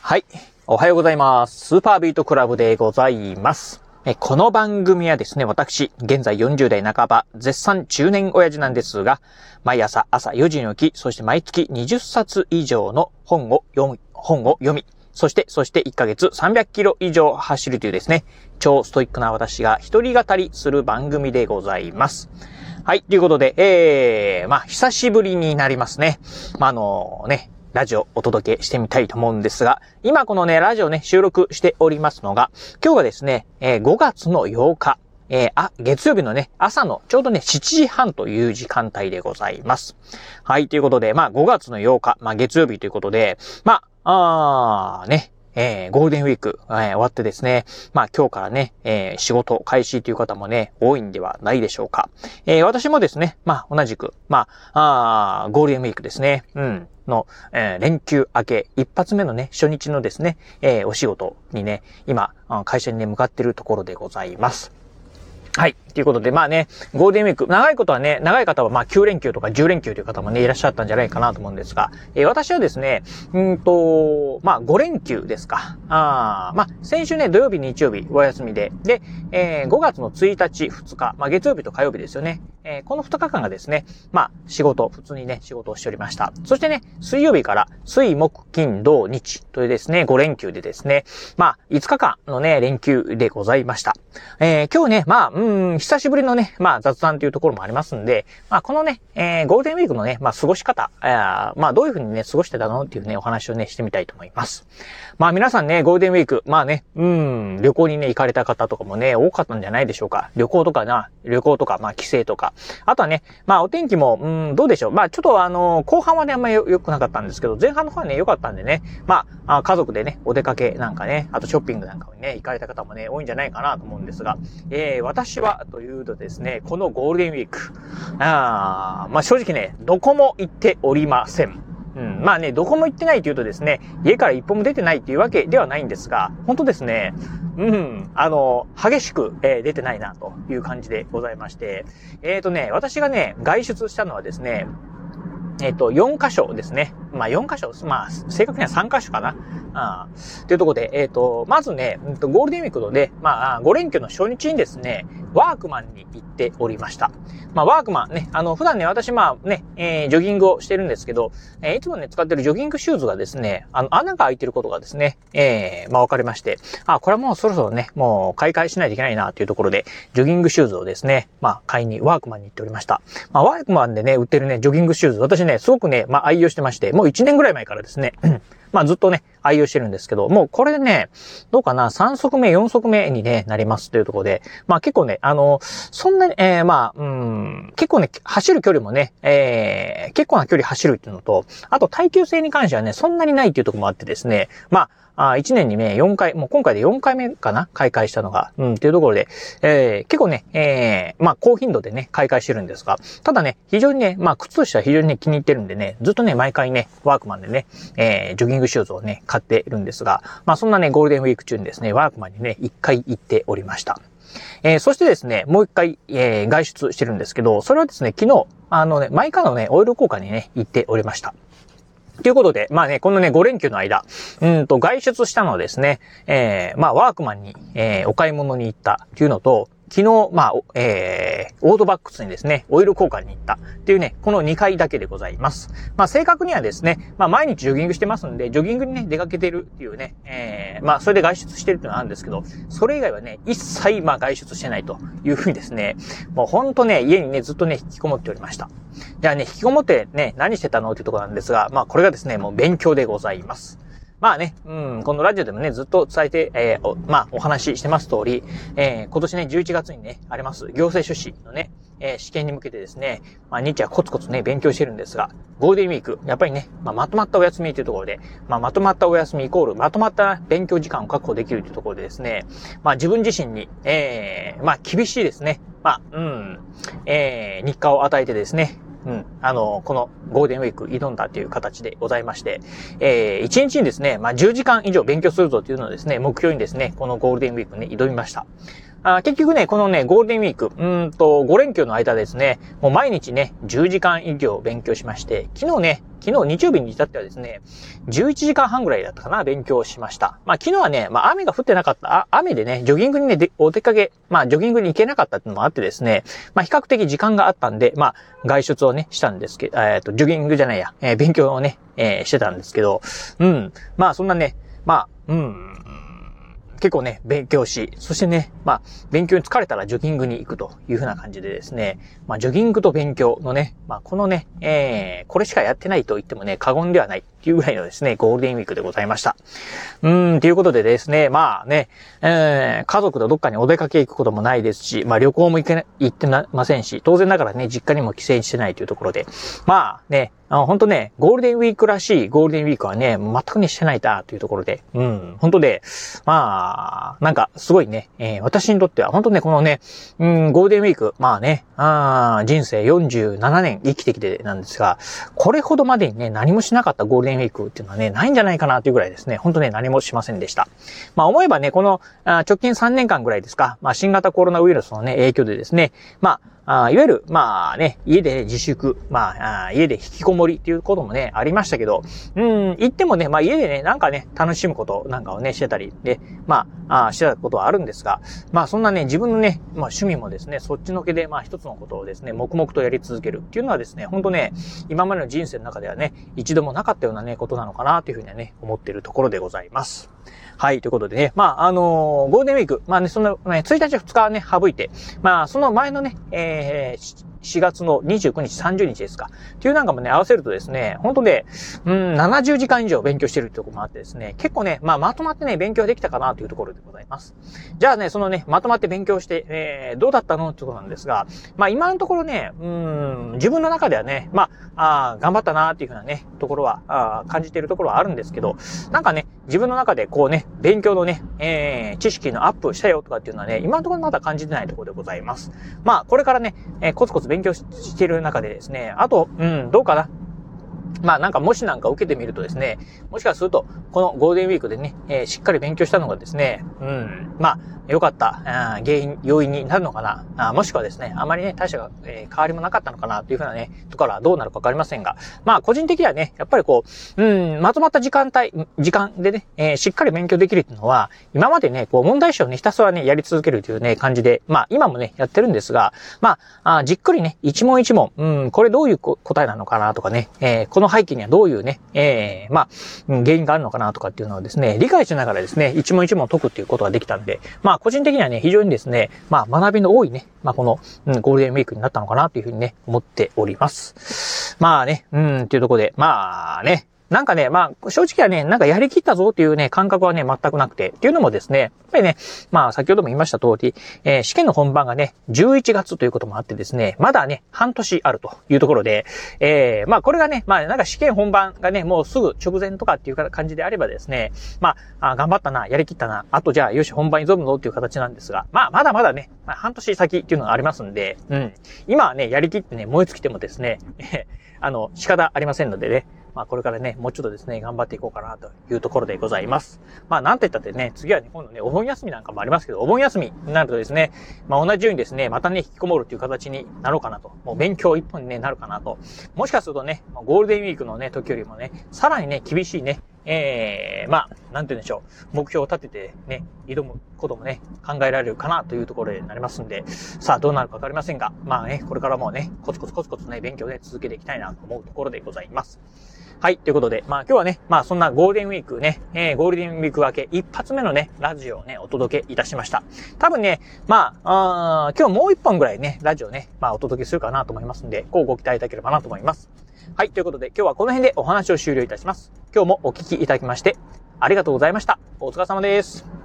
はい。おはようございます。スーパービートクラブでございます。この番組はですね、私、現在40代半ば、絶賛中年親父なんですが、毎朝4時に起き、そして毎月20冊以上の本を読み、そして1ヶ月300キロ以上走るというですね、超ストイックな私が一人語りする番組でございます。はい、ということで、久しぶりになりますね。ラジオお届けしてみたいと思うんですが、今このね、ラジオね、収録しておりますのが、今日はですね、5月の8日、月曜日のね、朝のちょうどね、7時半という時間帯でございます。はい、ということで、5月の8日、月曜日ということで、ゴールデンウィーク、終わってですね、今日からね、仕事開始という方もね、多いんではないでしょうか。私もですね、同じく、ゴールデンウィークですね、連休明け、一発目のね、初日のですね、お仕事にね、今、会社にね、向かっているところでございます。はい。ということで、ゴールデンウィーク、長い方は9連休とか10連休という方もね、いらっしゃったんじゃないかなと思うんですが、私はですね、5連休ですか。先週ね、土曜日、日曜日、お休みで、5月の1日、2日、月曜日と火曜日ですよね。この2日間がですね、普通にね、仕事をしておりました。そしてね、水曜日から、水、木、金、土、日というですね、5連休でですね、5日間のね、連休でございました。今日ね、久しぶりのね、雑談というところもありますんで、このね、ゴールデンウィークのね、過ごし方、どういうふうにね、過ごしてたのっていうね、お話をね、してみたいと思います。皆さんね、ゴールデンウィーク、旅行にね、行かれた方とかもね、多かったんじゃないでしょうか。旅行とか、帰省とか。あとはね、お天気も、どうでしょう。ちょっと後半はね、あんまり良くなかったんですけど、前半の方はね、良かったんでね、家族でね、お出かけなんかね、あとショッピングなんかにね、行かれた方もね、多いんじゃないかなと思うんですが、私はというとですね、このゴールデンウィーク、正直ね、どこも行っておりません。どこも行ってないというとですね、家から一歩も出てないというわけではないんですが、本当ですね、激しく、出てないなという感じでございまして、私がね、外出したのはですね、4カ所ですね。4カ所、正確には3カ所かな。というところで、まずね、ゴールデンウィークのね、5連休の初日にですね、ワークマンに行っておりました。ワークマンね、普段ね、私ジョギングをしてるんですけど、いつもね、使ってるジョギングシューズがですね、穴が開いてることがですね、分かりまして、これはもうそろそろね、もう買い替えしないといけないなというところで、ジョギングシューズをですね、買いにワークマンに行っておりました。ワークマンでね、売ってるね、ジョギングシューズ、私ね、すごくね、愛用してまして、もう1年ぐらい前からですね、ずっとね、愛用してるんですけど、もうこれでね、どうかな、3足目、4足目にね、なりますというところで、結構ね、そんなに、結構ね、走る距離もね、結構な距離走るっていうのと、あと耐久性に関してはね、そんなにないっていうところもあってですね、1年にね、4回、もう今回で4回目かな買い替えしたのが、っていうところで、結構ね、高頻度でね、買い替えしてるんですが、ただね、非常にね、靴としては非常にね、気に入ってるんでね、ずっとね、毎回ね、ワークマンでね、ジョギングシューズをね、買ってるんですが、そんなね、ゴールデンウィーク中にですね、ワークマンにね、1回行っておりました。そしてですね、もう1回、外出してるんですけど、それはですね、昨日、マイカーのね、オイル交換にね、行っておりました。ということで、このね、5連休の間、外出したのはですね、ワークマンに、お買い物に行ったっていうのと、昨日、オートバックスにですね、オイル交換に行ったっていうね、この2回だけでございます。正確にはですね、毎日ジョギングしてますんで、ジョギングにね、出かけてるっていうね、それで外出してるっていうのはあるんですけど、それ以外はね、一切外出してないというふうにですね、もうほんとね、家にね、ずっとね、引きこもっておりました。じゃあね、引きこもってね、何してたのっていうところなんですが、これがですね、もう勉強でございます。このラジオでもね、ずっと伝えて、お話ししてます通り、今年ね、11月にね、あります、行政書士のね、試験に向けてですね、日夜コツコツね、勉強してるんですが、ゴールデンウィーク、やっぱりね、まとまったお休みというところで、まとまったお休みイコール、まとまった勉強時間を確保できるというところでですね、自分自身に、厳しいですね、日課を与えてですね、このゴールデンウィーク挑んだという形でございまして、1日にですね、10時間以上勉強するぞというのをですね、目標にですね、このゴールデンウィークね、挑みました。 結局ね、このね、ゴールデンウィーク、5連休の間ですね、もう毎日ね、10時間以上勉強しまして、昨日日曜日に至ってはですね、11時間半ぐらいだったかな、勉強しました。昨日はね、雨が降ってなかった、雨でね、ジョギングにね、お出かけ、ジョギングに行けなかったっていうのもあってですね、比較的時間があったんで、外出をね、したんですけど、ジョギングじゃないや、勉強をね、してたんですけど、そんなね、結構ね、勉強し、そしてね、勉強に疲れたらジョギングに行くというふうな感じでですね、ジョギングと勉強のね、このね、これしかやってないと言ってもね、過言ではないっていうぐらいのですね、ゴールデンウィークでございました。ということでですね、家族とどっかにお出かけ行くこともないですし、旅行も行ってませんし、当然ながらね、実家にも帰省してないというところで、本当ね、ゴールデンウィークらしいゴールデンウィークはね、全くね、してないなというところで、本当で、なんか、すごいね、私にとっては、本当ね、このね、ゴールデンウィーク、人生47年生きてきてなんですが、これほどまでにね、何もしなかったゴールデンウィークっていうのはね、ないんじゃないかなというぐらいですね、本当ね、何もしませんでした。思えばね、この、直近3年間ぐらいですか、新型コロナウイルスのね、影響でですね、いわゆる、家で自粛、家で引きこもりっていうこともね、ありましたけど、言ってもね、家でね、なんかね、楽しむことなんかをね、してたり、で、してたことはあるんですが、そんなね、自分のね、趣味もですね、そっちのけで、一つのことをですね、黙々とやり続けるっていうのはですね、本当ね、今までの人生の中ではね、一度もなかったようなね、ことなのかなというふうにはね、思っているところでございます。はい、ということでね、ゴールデンウィーク、そのね、1日2日はね、省いて、その前のね、4月の29日、30日ですか。っていうなんかもね、合わせるとですね、本当ね、70時間以上勉強してるってところもあってですね、結構ね、まとまってね、勉強できたかなというところでございます。じゃあね、そのね、まとまって勉強して、どうだったのってところなんですが、今のところね、自分の中ではね、頑張ったなっていうふうなね、ところは、感じているところはあるんですけど、なんかね、自分の中でこうね、勉強のね、知識のアップしたよとかっていうのはね、今のところまだ感じてないところでございます。これからね、コツコツ勉強している中でですね、あと、どうかな。なんか模試なんか受けてみるとですね、もしかすると、このゴールデンウィークでね、しっかり勉強したのがですね、良かった要因になるのかな。もしくはですね、あまりね、大した変わりもなかったのかなというふうなね、ところはどうなるかわかりませんが、個人的にはね、やっぱりこう、まとまった時間でね、しっかり勉強できるっていうのは、今までね、こう、問題集をね、ひたすらね、やり続けるというね、感じで、今もね、やってるんですが、じっくりね、一問一問、これどういう答えなのかなとかね、この背景にはどういうね、原因があるのかなとかっていうのをですね、理解しながらですね、一問一問解くっていうことができたんで、個人的にはね、非常にですね、学びの多いね、この、ゴールデンウィークになったのかなというふうにね、思っております。っていうところで、なんかね、正直はね、なんかやりきったぞっていうね、感覚はね、全くなくて。っていうのもですね、やっぱりね、先ほども言いました通り、試験の本番がね、11月ということもあってですね、まだね、半年あるというところで、これがね、なんか試験本番がね、もうすぐ直前とかっていう感じであればですね、頑張ったな、やりきったな、あとじゃあ、よし、本番に挑むぞっていう形なんですが、まだまだね、半年先っていうのがありますんで、今はね、やりきってね、燃え尽きてもですね、仕方ありませんのでね、これからね、もうちょっとですね、頑張っていこうかなというところでございます。なんて言ったってね、次はね、今度ね、お盆休みなんかもありますけど、お盆休みになるとですね、同じようにですね、またね、引きこもるっていう形になろうかなと。もう勉強一本に、ね、なるかなと。もしかするとね、ゴールデンウィークのね、時よりもね、さらにね、厳しいね、なんて言うんでしょう。目標を立ててね、挑むこともね、考えられるかなというところになりますんで、さあどうなるかわかりませんが、これからもね、コツコツね、勉強ね、続けていきたいなと思うところでございます。はい、ということで、今日はね、そんなゴールデンウィークね、ゴールデンウィーク明け一発目のね、ラジオをね、お届けいたしました。多分ね、今日もう一本ぐらいね、ラジオね、お届けするかなと思いますんで、ご期待いただければなと思います。はい、ということで、今日はこの辺でお話を終了いたします。今日もお聞きいただきまして、ありがとうございました。お疲れ様です。